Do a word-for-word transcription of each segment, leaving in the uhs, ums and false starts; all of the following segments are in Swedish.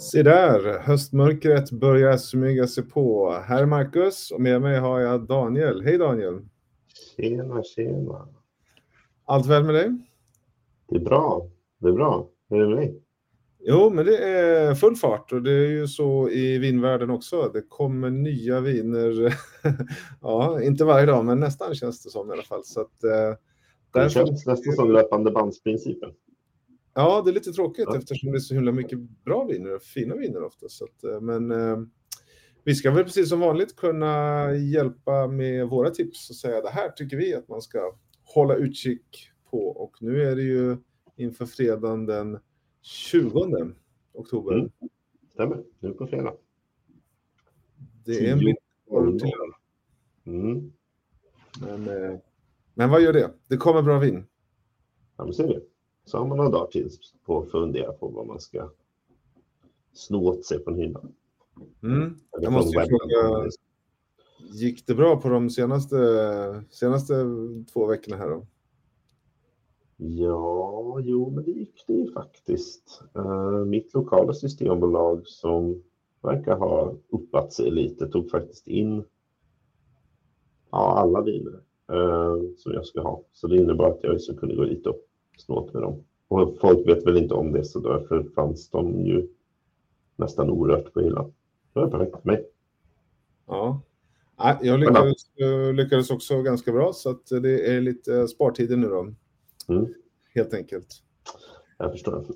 Se där, höstmörkret börjar smyga sig på. Här är Marcus och med mig har jag Daniel. Hej Daniel. Tjena, tjena. Allt väl med dig? Det är bra, det är bra. Hur är det med dig? Jo, men det är full fart och det är ju så i vinvärlden också. Det kommer nya viner, ja, inte varje dag, men nästan känns det som i alla fall. Så att, eh, Det känns nästan som löpande bandsprincipen. Ja, det är lite tråkigt Ja. eftersom det är så himla mycket bra viner och fina viner ofta. Så att, men eh, vi ska väl precis som vanligt kunna hjälpa med våra tips och säga det här tycker vi att man ska hålla utkik på. Och nu är det ju inför fredagen den tjugonde oktober. Mm. Stämmer, nu på fredag. Det är en bit kvar till. Mm. Men, eh, men vad gör det? Det kommer bra vin. Ja, men ser du. Så har man några dagar till på att fundera på vad man ska snå åt sig på en hyllan. Mm. Jag måste ju fråga, gick det bra på de senaste, senaste två veckorna här då? Ja, jo, men det gick det ju faktiskt. Uh, mitt lokala systembolag som verkar ha uppat sig lite tog faktiskt in ja, alla viner uh, som jag ska ha. Så det innebar att jag så kunde gå dit och snåt med dem. Och folk vet väl inte om det, så därför fanns de ju nästan orört på hyllan. Det var perfekt för mig. Ja, jag lyckades, lyckades också ganska bra, så att det är lite spartider nu då. Mm. Helt enkelt. Jag förstår.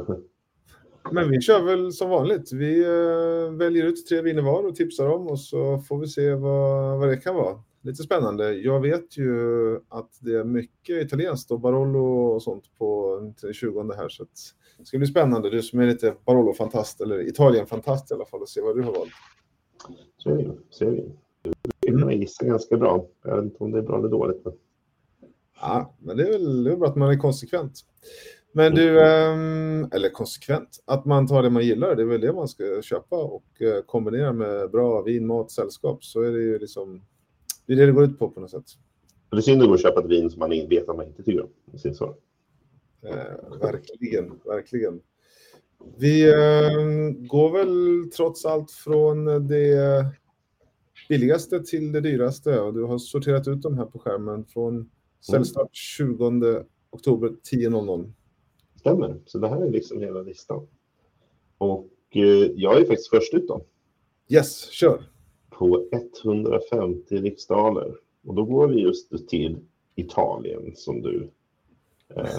Men vi kör väl som vanligt. Vi äh, väljer ut tre viner var och tipsar om, och så får vi se vad, vad det kan vara. Lite spännande. Jag vet ju att det är mycket italienskt och Barolo och sånt på den tjugonde här, så att det ska bli spännande. Du som är lite Barolo-fantast, eller Italien-fantast i alla fall, och se vad du har valt. Så är vi. Så är vi. Det kan man gissa ganska bra. Jag vet inte om det är bra eller dåligt. Men... Ja, men det är väl det är bra att man är konsekvent. Men du, ähm, eller konsekvent, att man tar det man gillar, det är väl det man ska köpa och äh, kombinera med bra vin, mat, sällskap, så är det ju liksom, det är det det går ut på på något sätt. Det är synd att gå och köpa ett vin som man vet att man inte tycker om. Det är så. Äh, verkligen, verkligen. Vi äh, går väl trots allt från det billigaste till det dyraste, och du har sorterat ut dem här på skärmen från säljstart tjugonde oktober tio noll noll. Stämmer, så det här är liksom hela listan. Och eh, jag är faktiskt först ut då. Yes, kör. På etthundrafemtio riksdaler. Och då går vi just till Italien som du eh,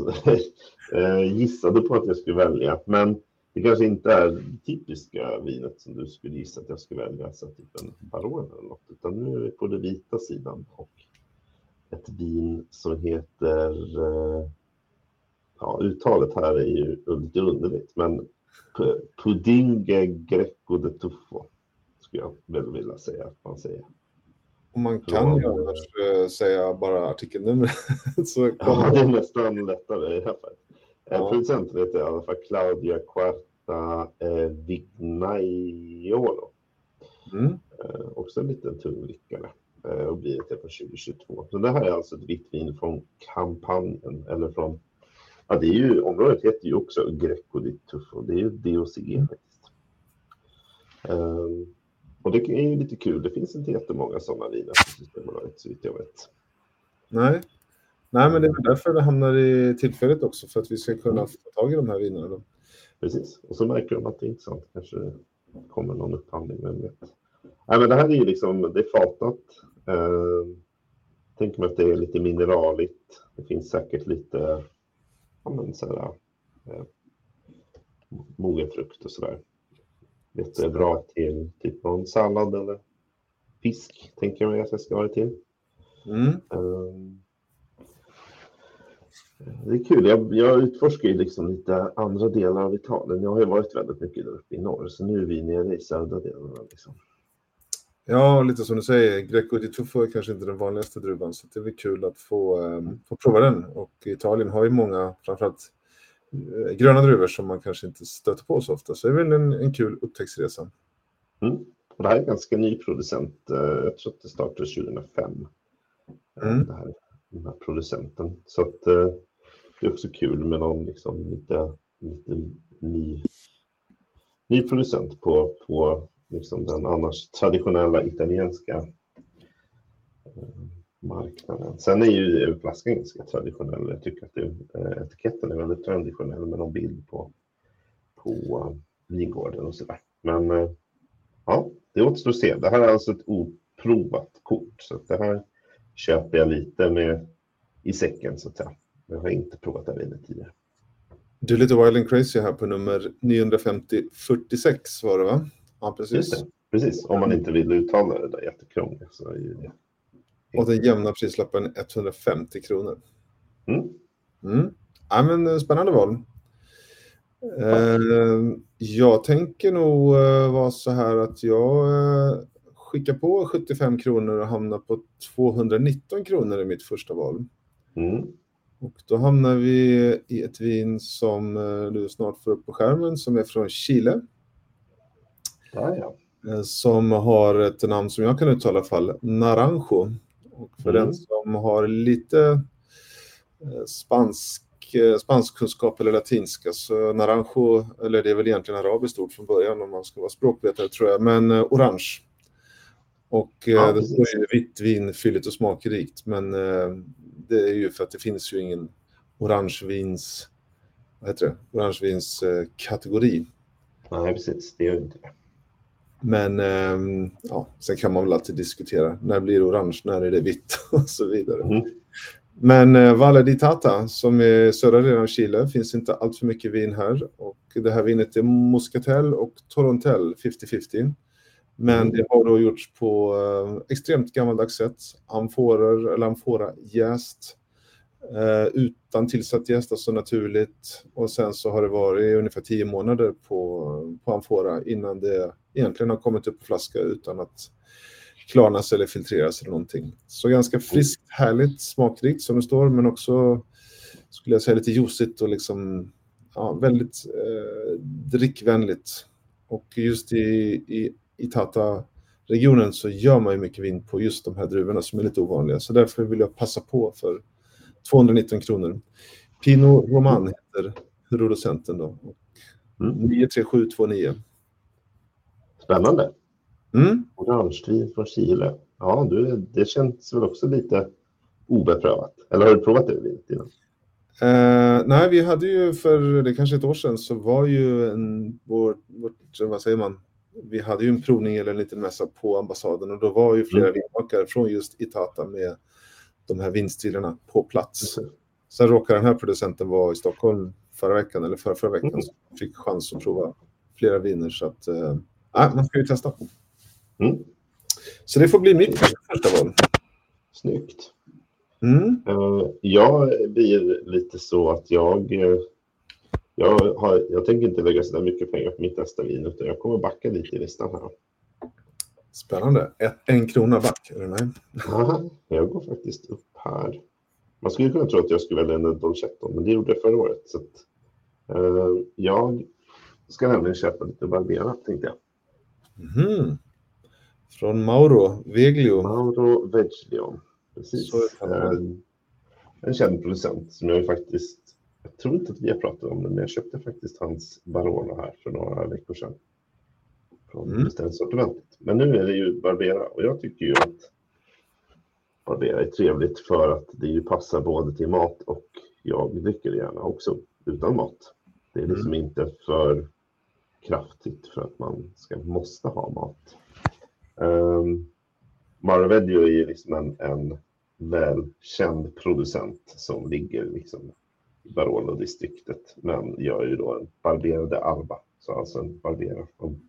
eh, gissade på att jag skulle välja. Men det kanske inte är det typiska vinet som du skulle gissa att jag skulle välja, så typ en Barolo eller något. Utan nu är vi på den vita sidan och ett vin som heter, ja, uttalet här är ju lite underligt, men Puddinge Greco de Tuffo skulle jag väl vilja säga att man säger. Och man kan ju annars äh, säga bara artikelnummer. Så ja, det är nästan lättare i det här fallet. Ja. Producenten heter i alla fall Claudia Quarta eh, Vignaiolo. Mm. Eh, också en liten tungvickare. Och blir det på tjugo tjugotvå. Så det här är alltså ett vitt vin från Kampanjen, eller från, ja, det är ju, området heter ju också Greco di Tuffo, det är ju D O C G faktiskt. Um, och det är ju lite kul, det finns inte jättemånga sådana viner på Systembolaget, så vitt jag vet. Nej. Nej, men det är därför det hamnar i tillfället också, för att vi ska kunna få tag i de här vinerna då. Precis, och så märker de att det är intressant, kanske kommer någon upphandling, men vet. Nej, men det här är ju liksom, det är fatat. Uh, tänker mig att det är lite mineraligt. Det finns säkert lite, ja, men sådär, uh, mogen frukt och sådär. Lite bra till typ någon sallad eller fisk, tänker jag mig att jag ska ha det till. Mm. Uh, det är kul, jag, jag utforskar ju liksom lite andra delar av Italien. Jag har ju varit väldigt mycket där uppe i norr, så nu är vi nere i södra delarna liksom. Ja, lite som du säger, Greco di Tuffo är kanske inte den vanligaste druvan, så det är väl kul att få, um, få prova den. Och Italien har ju många, framförallt uh, gröna druvor som man kanske inte stöter på så ofta, så det är väl en, en kul upptäcktsresa. Mm. Och det här är en ganska ny producent, jag tror att det startade tjugohundrafem, mm. det här, den här producenten. Så att, uh, det är också kul med någon liksom lite, lite ny ny producent på, på liksom den annars traditionella italienska eh, marknaden. Sen är ju flaskan ganska traditionell. Jag tycker att det, eh, etiketten är väldigt traditionell med någon bild på, på uh, vingården och sådär. Men eh, ja, det återstår att se. Det här är alltså ett oprovat kort, så att det här köper jag lite med i säcken så att säga. Jag har inte provat det här vinet tidigare. Du är lite wild and crazy här på nummer niohundrafemtio fyrtiosex var det, va? Ja, precis. Just det, precis. Om man inte vill uttala det där jättekrångligt så är ju det. Och den jämna prislappen etthundrafemtio kronor. Mm. Mm. Ja, men spännande val. Eh, jag tänker nog eh, vara så här att jag eh, skickar på sjuttiofem kronor och hamnar på tvåhundranitton kronor i mitt första val. Mm. Och då hamnar vi i ett vin som eh, du snart får upp på skärmen, som är från Chile. Ja, ja. Eh, som har ett namn som jag kan uttala i alla fall, Naranjo. Och för Mm. den som har lite eh, spansk spanskkunskap eller latinska, så Naranjo, eller det är väl egentligen arabiskt ord från början om man ska vara språkvetare tror jag, men eh, orange. Och eh, Ja, det står ju vitt vin, fylligt och smakrikt, men eh, det är ju för att det finns ju ingen orangevins, vad heter det, orangevins eh, kategori. Nej, precis, det gör inte det. Men eh, ja, sen kan man väl alltid diskutera, när blir det orange, när är det vitt och så vidare. Mm. Men eh, Valle di Tata, som är södra delen av Chile, finns inte allt för mycket vin här. Och det här vinet är Moscatel och Torontel femtio femtio. Men mm. det har då gjorts på eh, extremt gammaldags sätt. Amforer eller amfora jäst. Eh, utan tillsatt jäst, alltså naturligt. Och sen så har det varit ungefär tio månader på, på amfora innan det egentligen har kommit upp på flaska utan att klarnas eller filtreras eller någonting. Så ganska friskt, härligt, smakrikt som det står, men också skulle jag säga lite juicigt och liksom ja, väldigt eh, drickvänligt. Och just i, i, i Tata-regionen så gör man ju mycket vin på just de här druvorna som är lite ovanliga. Så därför vill jag passa på för tvåhundranitton kronor. Pinot Roman heter producenten då. Mm. nio tre sju två nio. Spännande. Mm. Orangevin från Chile. Ja, du, det känns väl också lite obeprövat. Eller har du provat det vinet innan? Uh, nej, vi hade ju för det kanske ett år sedan så var ju en, vår, vårt, vad säger man, vi hade ju en provning eller en liten mässa på ambassaden och då var ju flera mm. vinmakare från just Itata med de här vinstilarna på plats. Mm. Sen råkade den här producenten vara i Stockholm förra veckan eller förra, förra veckan mm. så fick chans att prova flera viner så att uh, uh, man ska ju testa. Mm. Så det får bli mitt första val. Snyggt. Mm. Uh, jag blir lite så att jag uh, jag, har, jag tänker inte lägga så där mycket pengar på mitt nästa vin utan jag kommer backa lite i listan här. Spännande. Ett, en krona back, är det nej? Aha, jag går faktiskt upp här. Man skulle kunna tro att jag skulle välja en Dolcetto, men det gjorde jag förra året. Så att, uh, jag ska nämligen köpa lite Barbera, tänkte jag. Mm. Från Mauro Veglio. Mauro Veglio, precis. En, en känd producent som jag faktiskt, jag tror inte att vi har pratat om det, men jag köpte faktiskt hans Barolo här för några veckor sedan. Från mm. beställningssortimentet. Men nu är det ju Barbera och jag tycker ju att Barbera är trevligt för att det ju passar både till mat och jag dricker det gärna också utan mat. Det är liksom mm. inte för kraftigt för att man ska måste ha mat. Um, Mauro Veglio är ju liksom en, en välkänd producent som ligger liksom i Barolo-distriktet men gör ju då en Barbera de Alba, så alltså en Barbera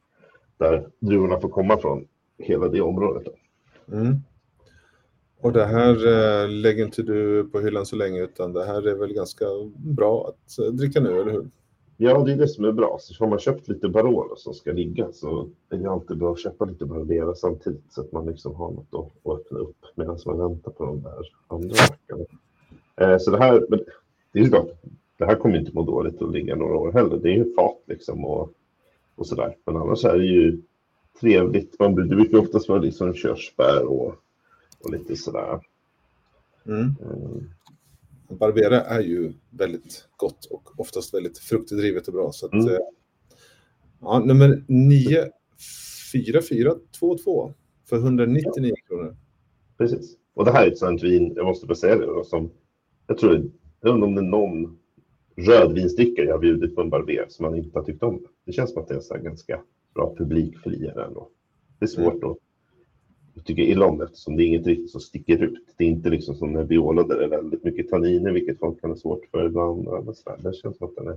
där druvorna får komma från hela det området. Mm. Och det här äh, lägger inte du på hyllan så länge utan det här är väl ganska bra att äh, dricka nu, eller hur? Ja, det är det som är bra. Så har man köpt lite Barolo som ska ligga så är det alltid bra att köpa lite Barbera samtidigt så att man liksom har något att, att öppna upp medan man väntar på de där andra veckorna. Eh, så det här, men det är ju klart, det här kommer inte må dåligt att ligga några år heller. Det är ju fat liksom och, och sådär. Men annars är det ju trevligt. Man, det brukar oftast vara liksom körsbär och, och lite sådär. Mm. Mm. Barbera är ju väldigt gott och oftast väldigt fruktdrivet och bra. Så att, mm. Ja, nummer nio fyra fyra två två för etthundranittionio kronor. Precis. Och det här är ett sånt vin, jag måste bara säga det då, som jag tror, jag undrar om det är någon rödvinsdrickare jag har bjudit på en barber som man inte har tyckt om det. Det känns som att det är så här ganska bra publikfriare ändå. Det är svårt att jag tycker illa om det eftersom det är inget riktigt som sticker ut. Det är inte liksom som Nebbiolo där det är väldigt mycket tanniner, vilket folk kan ha svårt för ibland. Eller så där. Det känns som att den är...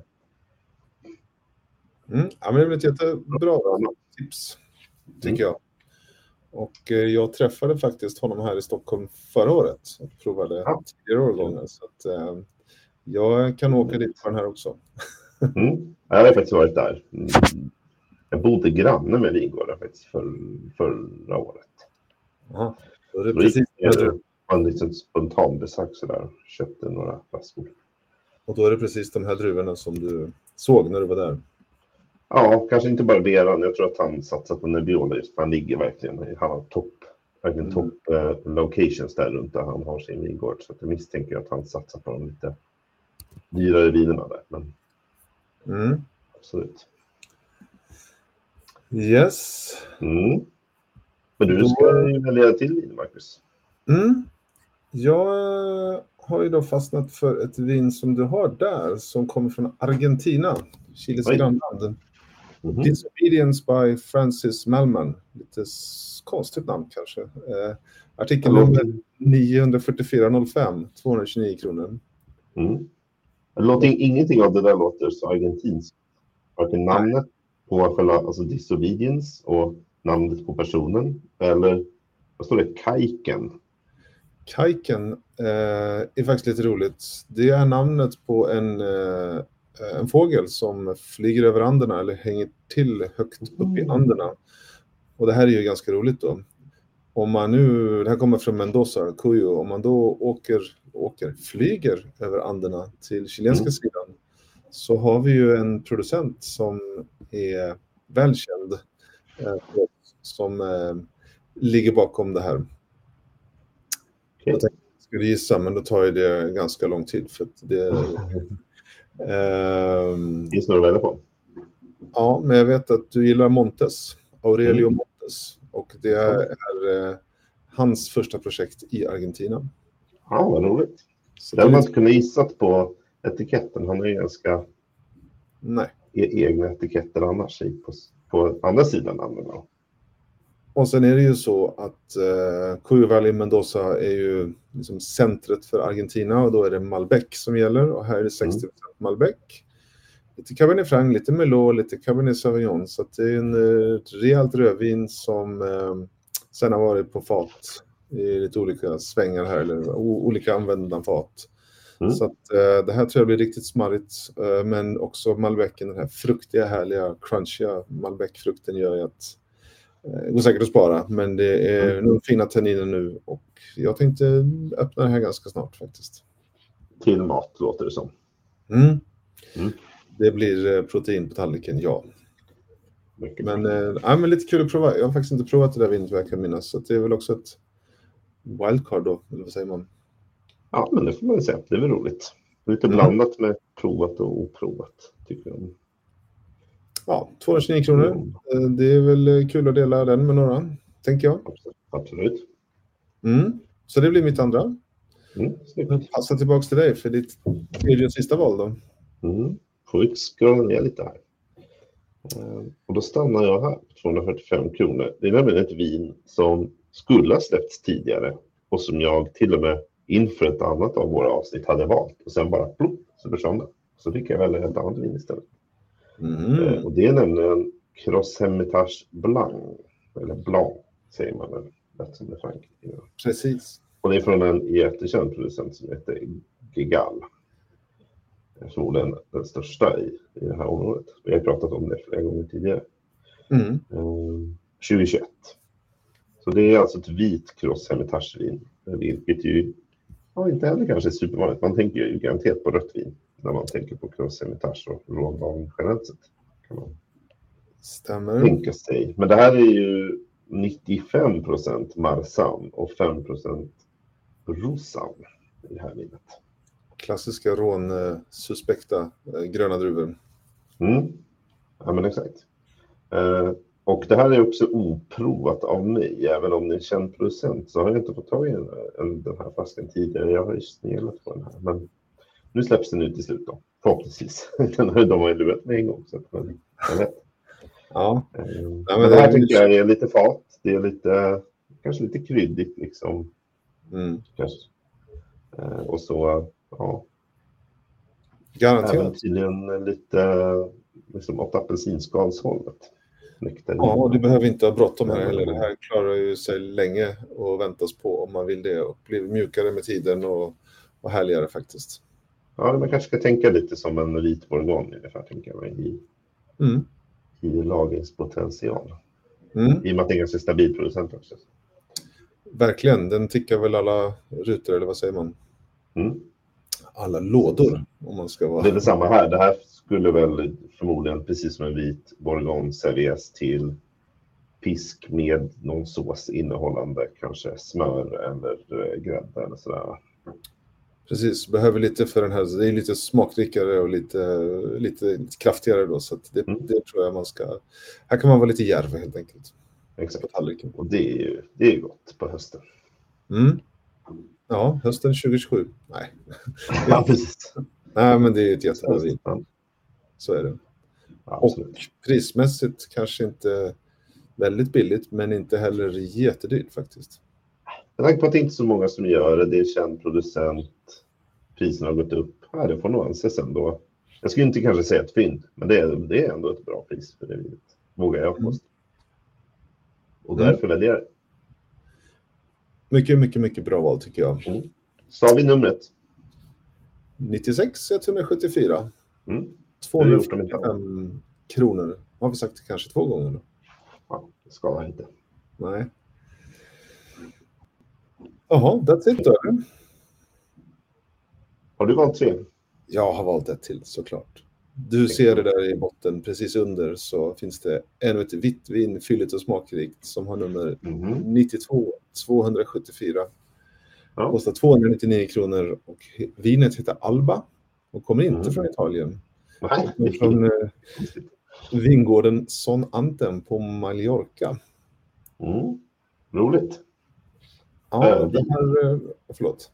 Mm. Ja, men det blir ett jättebra tips, tycker mm. jag. Och eh, jag träffade faktiskt honom här i Stockholm förra året och provade ja. tidigare årgångar. Så att, eh, jag kan åka dit på den här också. Mm. Jag har faktiskt varit där. Jag bodde granne med Vingården faktiskt för, förra året. Aha. Då är det precis jag det var en liten spontan besök så där. Köpte några flaskor. Och då är det precis de här druvorna som du såg när du var där? Ja, kanske inte bara Beran. Jag tror att han satsat på Nebbiolo just. Han ligger verkligen, han har topp verkligen Mm. topp eh, locations där runt där han har sin vingård. Så att jag misstänker att han satsar på de lite dyrare vinerna där. Men mm. absolut. Yes. Mm. Men du ska då... ju välja till vin, Marcus. Mm. Jag har ju då fastnat för ett vin som du har där som kommer från Argentina, Chiles grannland. Mm-hmm. Disobedience by Francis Malman. Lite konstigt namn kanske. Eh, artikelnummer nio fyra fyra noll fem, tvåhundratjugonio kronor. Mm. Låter, ingenting av det där låter så argentinskt. Varken namnet på själva, alltså disobedience och namnet på personen. Eller vad står det? Kajken. Kajken eh, är faktiskt lite roligt. Det är namnet på en, eh, en fågel som flyger över Anderna eller hänger till högt upp i Anderna. Och det här är ju ganska roligt då. Om man nu, det här kommer från Mendoza, Cuyo, om man då åker, åker flyger över Anderna till chilenska mm. sidan så har vi ju en producent som är välkänd eh, som eh, ligger bakom det här. Okay. Jag tänkte jag skulle gissa, men då tar ju det ganska lång tid för att det ehm, Gissa vad du väljer på? Ja, men jag vet att du gillar Montes, Aurelio mm. Montes, och det är, är eh, hans första projekt i Argentina. Ja, vad roligt. Så det hade man inte kunnat gissat på etiketten. Han är ju ganska Nej. egna etiketter annars på, på andra sidan namnen. Och sen är det ju så att eh, Cuyo Valley Mendoza är ju liksom centret för Argentina och då är det Malbec som gäller och här är det sextio procent mm. Malbec. Lite Cabernet Franc, lite Merlot, lite Cabernet Sauvignon, så att det är en eh, rejält rödvin som eh, sen har varit på fat i lite olika svängar här eller o- olika användande fat. Mm. Så att eh, det här tror jag blir riktigt smarrigt, eh, men också Malbecen, den här fruktiga, härliga, crunchiga Malbec-frukten gör ju att det går säkert att spara, men det är mm. fina tanniner nu och jag tänkte öppna det här ganska snart faktiskt. Till mat låter det som. Mm. Mm. Det blir protein på tallriken, ja. Mycket men, äh, ja, men lite kul att prova. Jag har faktiskt inte provat det där vinet vad jag kan minnas, så det är väl också ett wildcard då, eller vad säger man? Ja, men det får man säga. Det är väl roligt. Lite mm. blandat med provat och oprovat, tycker jag. Ja, tvåhundratjugonio kronor. Mm. Det är väl kul att dela den med några, tänker jag. Absolut. Mm. Så det blir mitt andra. Mm. Passa tillbaka till dig för ditt tredje och sista val då. Mm. Får vi scrolla ner lite här. Och då stannar jag här på tvåhundrafyrtiofem kronor. Det är nämligen ett vin som skulle ha släppts tidigare och som jag till och med inför ett annat av våra avsnitt hade valt. Och sen bara plopp, så försvann det. Så fick jag välja ett annat vin istället. Mm. Och det är nämligen Gros Hermitage Blanc. Eller Blanc säger man väl. Rätt som det är Frankrike. Precis. Och det är från en jättekänd producent som heter Gigal. Förmodligen den största i, i det här området. Vi har pratat om det flera gånger tidigare. Mm. Um, tjugohundratjugoett. Så det är alltså ett vit Gros Hermitage-vin. Vilket ju ja, inte heller kanske är supervanligt. Man tänker ju garanterat på rött vin när man tänker på Gros Hermitage och rådvan generellt sett. Kan man Stämmer. tänka sig. Men det här är ju nittiofem procent Marsanne och fem procent Roussanne i det här vinet. Klassiska rån suspekta gröna druvor. Mm. Ja, men exakt. Eh, och det här är också oprovat av mig. Även om det är en känd producent så har jag inte fått tag i den här, den här flaskan tidigare. Jag har ju snelat på den här. Men nu släpps den ut i slut då. Förhoppningsvis. De har ju lurat mig en gång. Så att man, jag vet. Ja. Eh, ja men det här tycker jag är lite fat. Det är lite, kanske lite kryddigt liksom. Mm. Kanske. Eh, och så, ja. Garanterat. Även tydligen lite liksom åt apelsinskalshållet. Ja, och du behöver inte ha bråttom här heller. Det här klarar ju sig länge och väntas på om man vill det. Och blir mjukare med tiden och, och härligare faktiskt. Ja, man kanske ska tänka lite som en vit bourgogne ungefär, tänker jag, i, mm. i lagringspotential. Mm. I och med att det är en ganska stabil producent också. Verkligen, den tickar väl alla rutor, eller vad säger man? Mm. Alla lådor, om man ska vara... Det är detsamma här. Det här skulle väl förmodligen, precis som en vit bourgogne, serveras till pisk med någon sås innehållande kanske smör eller grädde eller sådär. Precis, behöver lite för den här, det är lite smakrikare och lite, lite kraftigare då, så att det, mm. det tror jag man ska, här kan man vara lite djärv helt enkelt. Exakt, på tallriken. Och det är ju det är gott på hösten. Mm. Ja, hösten tjugo tjugosju. Nej. Ja, precis. Nej, men det är ett jättebra vin. Så är det. Ja, och prismässigt kanske inte väldigt billigt, men inte heller jättedyrt faktiskt. Jag tänker på att det inte är så många som gör det. Det är känd producent. Priserna har gått upp. Ja, det får nog anses ändå. Jag skulle inte kanske säga ett fynd, men det är, det är ändå ett bra pris för det vinet. Vågar jag påstå. Mm. Och därför väljer jag det. Mycket, mycket, mycket bra val tycker jag. Mm. Så har vi numret. nittiosex etthundrasjuttiofyra. Mm. tvåhundrafyrtiofem kronor. Har vi sagt kanske två gånger då? Ja, det ska jag inte. Nej. Jaha, that's it då. Har du valt tre? Jag har valt ett till såklart. Du ser det där i botten, precis under så finns det ännu ett vitt vin, fylligt och smakrikt, som har nummer mm-hmm. nittiotvå tvåhundrasjuttiofyra. Ja. Kostar tvåhundranittionio kronor och vinet heter Alba och kommer inte mm. från Italien. Nej. Från eh, vingården Son Antem på Mallorca. Mm. Roligt. Ja, äh, det här, förlåt.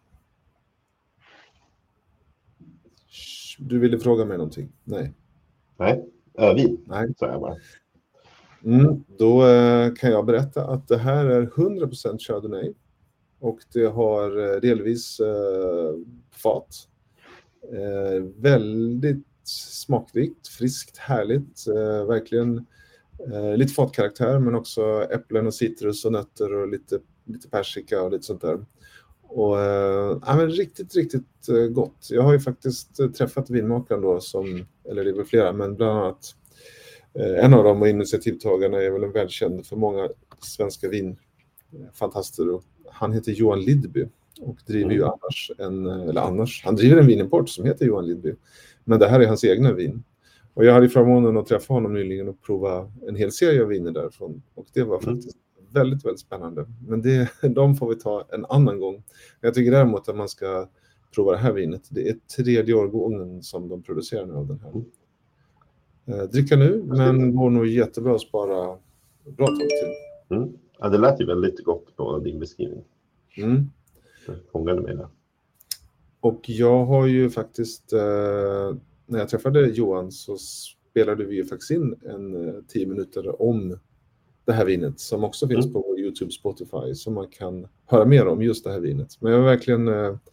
Du ville fråga mig någonting? Nej. Nej, vin. Nej. Så jag bara. Mm, då eh, kan jag berätta att det här är hundra procent Chardonnay. Och det har eh, delvis eh, fat. Eh, väldigt smakrikt, friskt, härligt. Eh, verkligen eh, lite fatkaraktär, men också äpplen och citrus och nötter och lite, lite persika och lite sånt där. Och äh, ja, men riktigt, riktigt äh, gott. Jag har ju faktiskt äh, träffat vinmakaren då, som, eller det är väl flera, men bland annat äh, en av dem och initiativtagarna är väl en välkänd för många svenska vinfantaster. Han heter Johan Lidby och driver mm. ju annars en, eller annars, han driver en vinimport som heter Johan Lidby. Men det här är hans egna vin. Och jag hade förmånen att träffa honom nyligen och prova en hel serie av viner därifrån. Och det var mm. faktiskt väldigt, väldigt spännande. Men det, de får vi ta en annan gång. Jag tycker däremot att man ska prova det här vinet. Det är tredje årgången som de producerar nu av den här. Eh, dricka nu, men går nog jättebra att spara bra tag till. Mm. Ja, det lät ju väldigt gott på din beskrivning. Mm. Jag fångade mig där. Och jag har ju faktiskt, eh, när jag träffade Johan så spelade vi ju faktiskt in en eh, tio minuter om det här vinet som också finns mm. på YouTube, Spotify, så man kan höra mer om just det här vinet. Men jag har verkligen,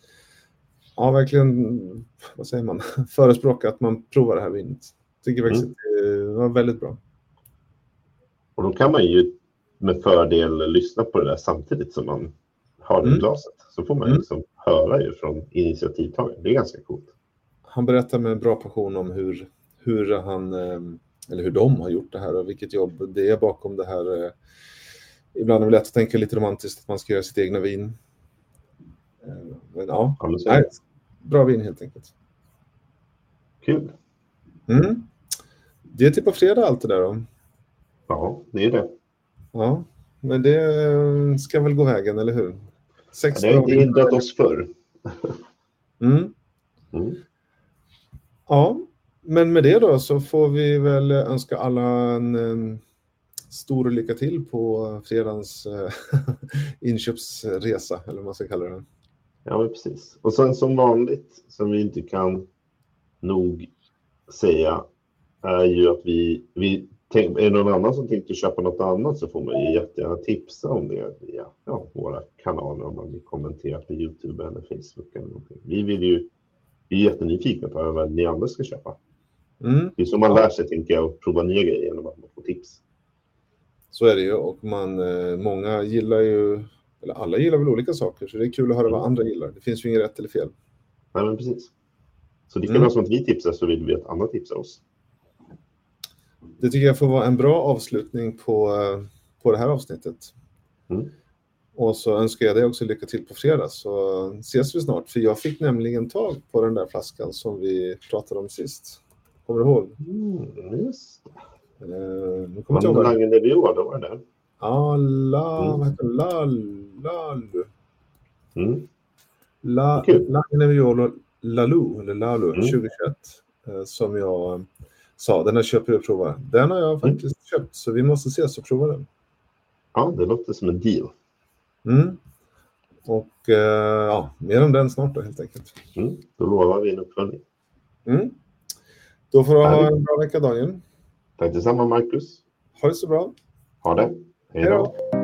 ja, verkligen, vad säger man, förespråkar att man provar det här vinet. Tycker faktiskt mm. att det var väldigt bra. Och då kan man ju med fördel lyssna på det där samtidigt som man har det i glaset. Så får man mm. liksom höra ju från initiativtagaren. Det är ganska coolt. Han berättar med bra passion om hur, hur han... eller hur de har gjort det här och vilket jobb det är bakom det här. Ibland är det lätt att tänka lite romantiskt att man ska göra sitt egna vin. Men ja, nej, bra vin helt enkelt. Kul. Mm. Det är typ på fredag allt det där då. Ja, det är det. Ja, men det ska väl gå vägen, eller hur? Sex ja, det har hindrat oss förr. Mm. Mm. Ja. Men med det då så får vi väl önska alla en, en stor lycka till på fredagens eh, inköpsresa, eller vad man ska kalla det. Ja, men precis. Och sen som vanligt, som vi inte kan nog säga, är ju att vi, vi tänk, är det någon annan som tänkte köpa något annat, så får man ju jättegärna tipsa om det via ja, våra kanaler, om man vill kommentera på YouTube eller Facebook eller någonting. Vi vill ju, vi är jättenyfikna på vad ni andra ska köpa. Mm. Det är så man lär sig, tänker jag, att prova nya grejer genom att man får tips. Så är det ju, och man, många gillar ju, eller alla gillar väl olika saker, så det är kul att höra vad andra gillar. Det finns ju inget rätt eller fel. Nej, men precis. Så det kan Mm. vara som att vi tipsar, så vill vi att andra tipsar oss. Det tycker jag får vara en bra avslutning på, på det här avsnittet. Mm. Och så önskar jag dig också lycka till på fredag, så ses vi snart. För jag fick nämligen tag på den där flaskan som vi pratade om sist. Kommer du ihåg? Mm, just det. Uh, nu kommer jag ihåg. Lange Nevior, då var det där. Ja, la, Mm. vad heter det? La, la, Mm. la, Kul. Lange Nevior Lalu, eller Lalu, Mm. tjugohundratjugoett. eh, Som jag sa, den här köper jag och provar. Den har jag faktiskt köpt, så vi måste ses och prova den. Ja, det låter som en deal. Mm. Och eh, ja, mer om den snart då, helt enkelt. Mm. Då lovar vi en uppföljning. Mm. Då får du ha Härligt. en bra vecka, Daniel. Tack detsamma, Marcus. Ha det så bra. Ha det. Hej Hej då. då.